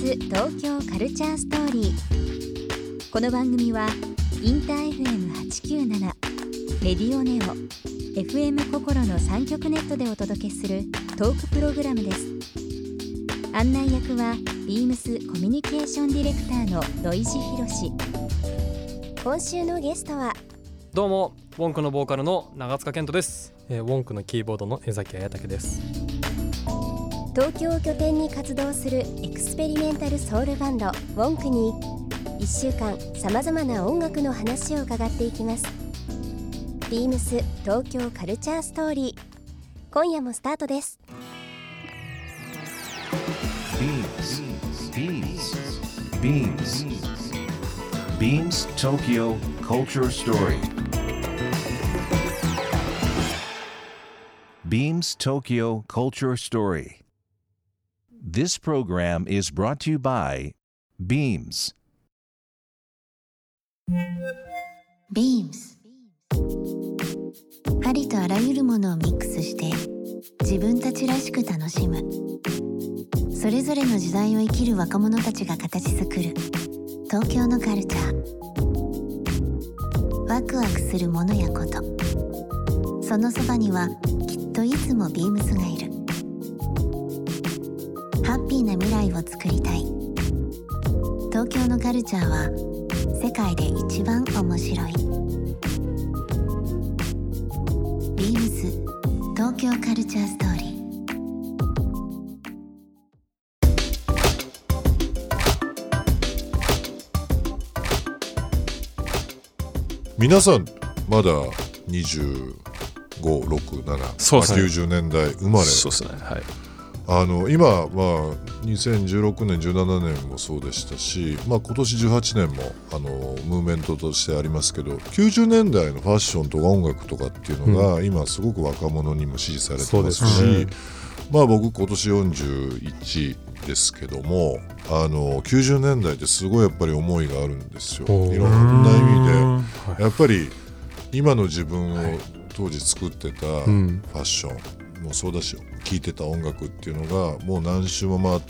ス東京カルチャーストーリー。この番組はインター FM897 レディオネオ FM 心の3局ネットでお届けするトークプログラムです。案内役はビームスコミュニケーションディレクターの土井博志。今週のゲストはどうも、ウォンクのボーカルの長塚健人です。 ウォンクのキーボードの江崎彩武です。 東京を拠点に活動するエクスペリメンタルソウルバンドウォンクに1週間さまざまな音楽の話を伺っていきます。ビームス東京カルチャーストーリー、今夜もスタートです。 Beams Tokyo Culture Story. Beams Tokyo Culture Story. This program is brought to you by Beams. Beams ありとあらゆるものをミックスして自分たちらしく楽しむ、それぞれの時代を生きる若者たちが形作る東京のカルチャー。ワクワクするものやこと、そのそばにはきっといつもビームスがいる。ハッピーな未来を作りたい。東京のカルチャーは世界で一番面白い。ビームス東京カルチャーストーリー。 皆さんまだ25、6、7、 そうですね、 90年代生まれ。 そうですね、はい。 今、2016年17年もそうでしたし、今年18年もムーブメントとしてありますけど、90年代のファッションとか音楽とかっていうのが、今すごく若者にも支持されてますし、僕今年41ですけども、90年代ってすごいやっぱり思いがあるんですよ。いろんな意味でやっぱり今の自分を当時作ってたファッションもそうだし、聴いてた音楽っていうのがもう何周も回って、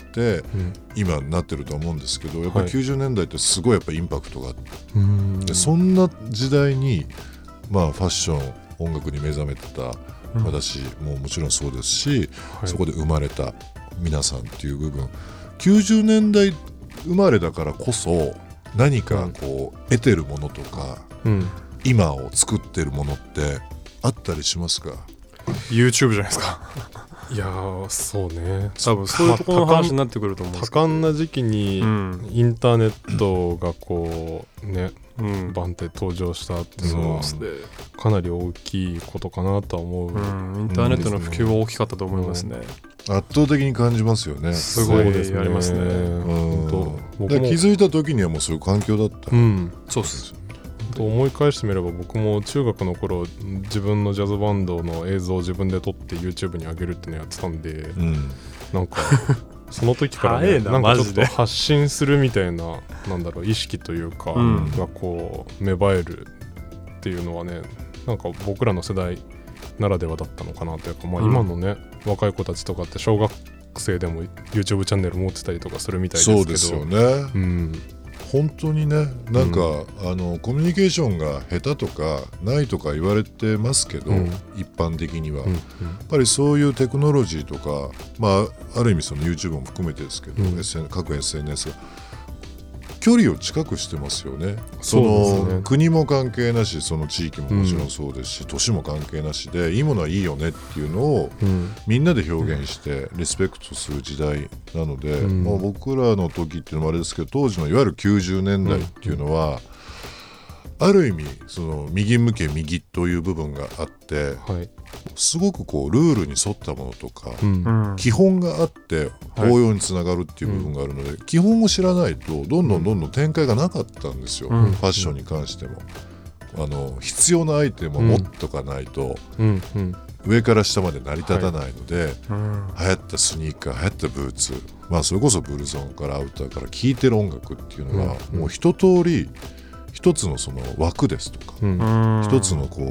今になってると思うんですけど、やっぱり90年代ってすごいやっぱインパクトがあって、でそんな時代に、ファッション音楽に目覚めてた私ももちろんそうですし、そこで生まれた皆さんっていう部分、90年代生まれだからこそ何かこう得てるものとか、今を作ってるものってあったりしますか？ YouTube じゃないですか。いやそうね、多分そういうところの話になってくると思うんですけど、多感な時期にインターネットがこうね、バンって登場したっていうのはかなり大きいことかなとは思う。インターネットの普及は大きかったと思いますね。 圧倒的に感じますよね。 すごいですね。ありますね。 気づいた時にはもうそういう環境だった。 そうです思い返してみれば、僕も中学の頃自分のジャズバンドの映像を自分で撮って YouTube に上げるっていうのやってたんで、なんかその時から、ね、なんかちょっと発信するみたいな、意識というか、がこう芽生えるっていうのはね、なんか僕らの世代ならではだったのかなというか、今のね、若い子たちとかって小学生でも YouTube チャンネル持ってたりとかするみたいですけど。 そうですよね。本当にね、なんか、コミュニケーションが下手とかないとか言われてますけど、一般的には、やっぱりそういうテクノロジーとか、ある意味その YouTube も含めてですけど、各 SNS が距離を近くしてますよね。その国も関係なし、その地域ももちろんそうですし、年も関係なしで、いいものはいいよねっていうのを、みんなで表現してリスペクトする時代なので、僕らの時っていうのもあれですけど、当時のいわゆる90年代っていうのは、ある意味その右向け右という部分があって、すごくこうルールに沿ったものとか、基本があって応用につながるっていう部分があるので、基本を知らないとどんどん展開がなかったんですよ。ファッションに関しても必要なアイテムを持っとかないと、上から下まで成り立たないので、流行ったスニーカー、流行ったブーツ、それこそブルゾンからアウターから聴いてる音楽っていうのは、もう一通り一つのその枠ですとか、一つのこう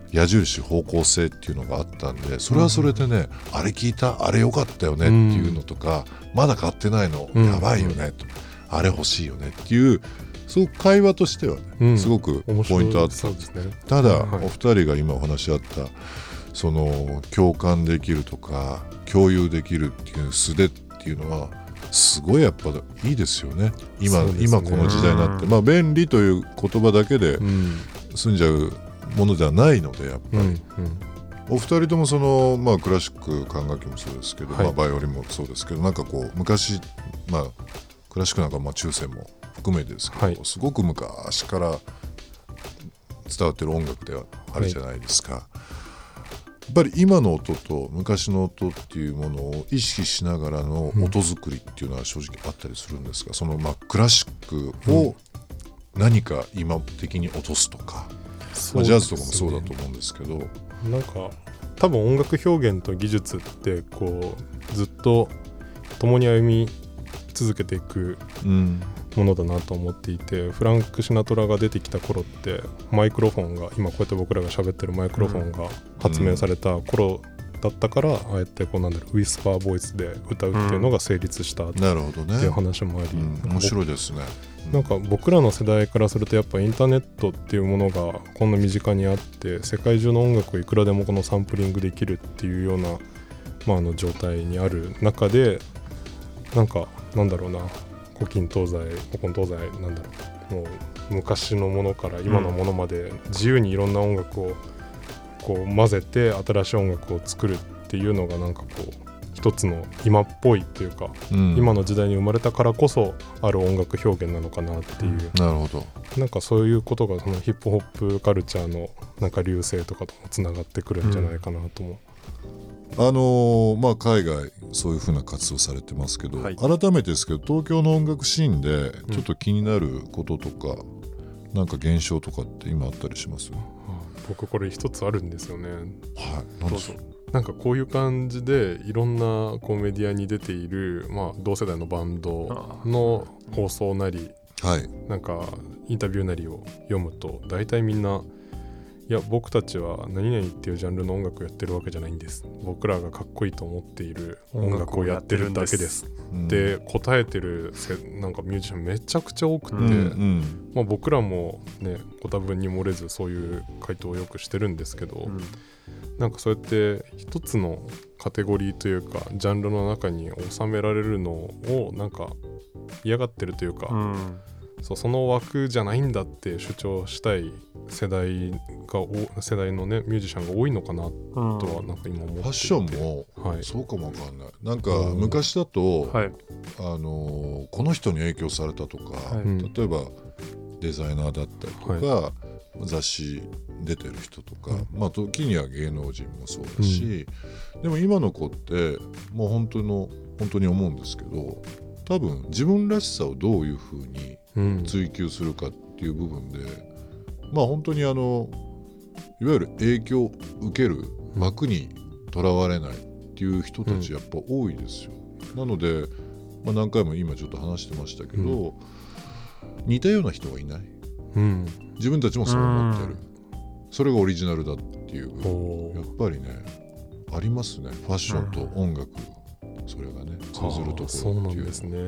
矢印方向性っていうのがあったんで、それはそれでね、あれ聞いた、あれ良かったよねっていうのとか、まだ買ってないの、やばいよねと、あれ欲しいよねっていう、すごく会話としてはね、すごくポイントあったんです。ただ、お二人が今お話しあったその共感できるとか共有できるっていう素手っていうのはすごいやっぱいいですよね。今この時代になって、便利という言葉だけで済んじゃうものではないので、やっぱり、お二人ともその、クラシック管楽器もそうですけど、バイオリンもそうですけど、なんかこう昔、クラシックなんか中世も含めてですけど、すごく昔から伝わってる音楽ではあるじゃないですか。やっぱり今の音と昔の音っていうものを意識しながらの音作りっていうのは正直あったりするんですが、そのクラシックを何か今的に落とすとか、ジャズとかもそうだと思うんですけど、 なんか多分音楽表現と技術ってこうずっと共に歩み続けていくものだなと思っていて、フランク・シナトラが出てきた頃ってマイクロフォンが今こうやって僕らが喋ってるマイクロフォンが発明された頃だったから、ああやってこうウィスパーボイスで歌うっていうのが成立したっていう話もあり、 面白いですね。 なんか僕らの世代からするとやっぱインターネットっていうものがこんな身近にあって、世界中の音楽をいくらでもこのサンプリングできるっていうような、状態にある中で、なんだろうな、古今東西なんだろう、もう昔のものから今のものまで自由にいろんな音楽をこう混ぜて新しい音楽を作るっていうのがなんかこう一つの今っぽいっていうか、今の時代に生まれたからこそある音楽表現なのかなっていう、 なるほど。 なんかそういうことがそのヒップホップカルチャーのなんか流星とかともつながってくるんじゃないかなと思う。 海外そういう風な活動されてますけど、改めてですけど東京の音楽シーンでちょっと気になることとか、なんか現象とかって今あったりします？ 僕これ一つあるんですよね。 何でしょう？ なんかこういう感じでいろんなこうメディアに出ている、同世代のバンドの放送なり、なんかインタビューなりを読むと大体みんな、いや僕たちは何々っていうジャンルの音楽をやってるわけじゃないんです、僕らがかっこいいと思っている音楽をやってるだけですって答えてるなんかミュージシャンめちゃくちゃ多くて、僕らもねご多分に漏れずそういう回答をよくしてるんですけど、なんかそうやって一つのカテゴリーというかジャンルの中に収められるのをなんか嫌がってるというか、その枠じゃないんだって主張したい世代のねミュージシャンが多いのかなとはなんか今思っていて、 ファッションもそうかもわかんない。なんか昔だと、この人に影響されたとか、例えばデザイナーだったりとか、雑誌出てる人とか、時には芸能人もそうだし、でも今の子ってもう本当に思うんですけど、多分自分らしさをどういうふうに追求するかっていう部分で、本当にいわゆる影響を受ける枠にとらわれないっていう人たちやっぱ多いですよ。なので、何回も今ちょっと話してましたけど、似たような人がいない、自分たちもそう思ってる、それがオリジナルだっていう、やっぱりねありますね。ファッションと音楽、それがね通ずるところっていう。 そうなんですね。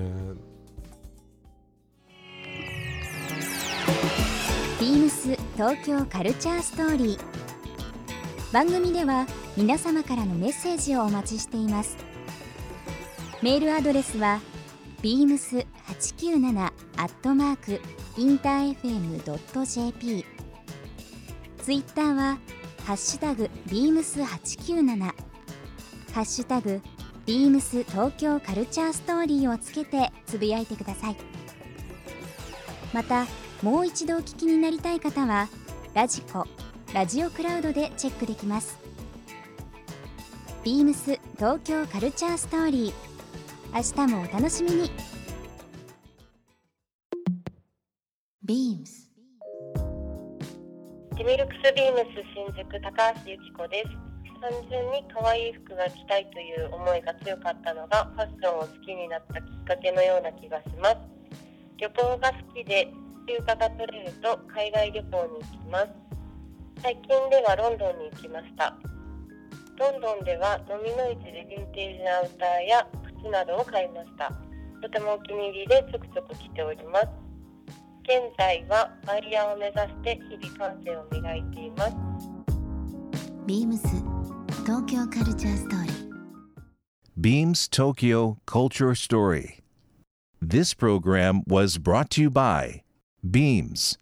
ビームス東京カルチャーストーリー。番組では皆様からのメッセージをお待ちしています。メールアドレスは beams897@interfm.jp、 ツイッターはハッシュタグ beams897、 ハッシュタグビームス東京カルチャーストーリーをつけてつぶやいてください。またもう一度お聞きになりたい方はラジコ、ラジオクラウドでチェックできます。ビームス東京カルチャーストーリー、明日もお楽しみに。 ビームスジミルクスビームス新宿高橋由紀子です。単純に可愛い服が着たいという思いが強かったのがファッションを好きになったきっかけのような気がします。旅行が好きで休暇が取れると海外旅行に行きます。 最近ではロンドンに行きました。ロンドンでは飲みの市でヴィンテージのアウターや靴などを買いました。とてもお気に入りでちょくちょく着ております。現在はバイヤーを目指して日々感性を磨いています。 ビームス東京カルチャーストーリー。 Beams Tokyo Culture Story. This program was brought to you by Beams.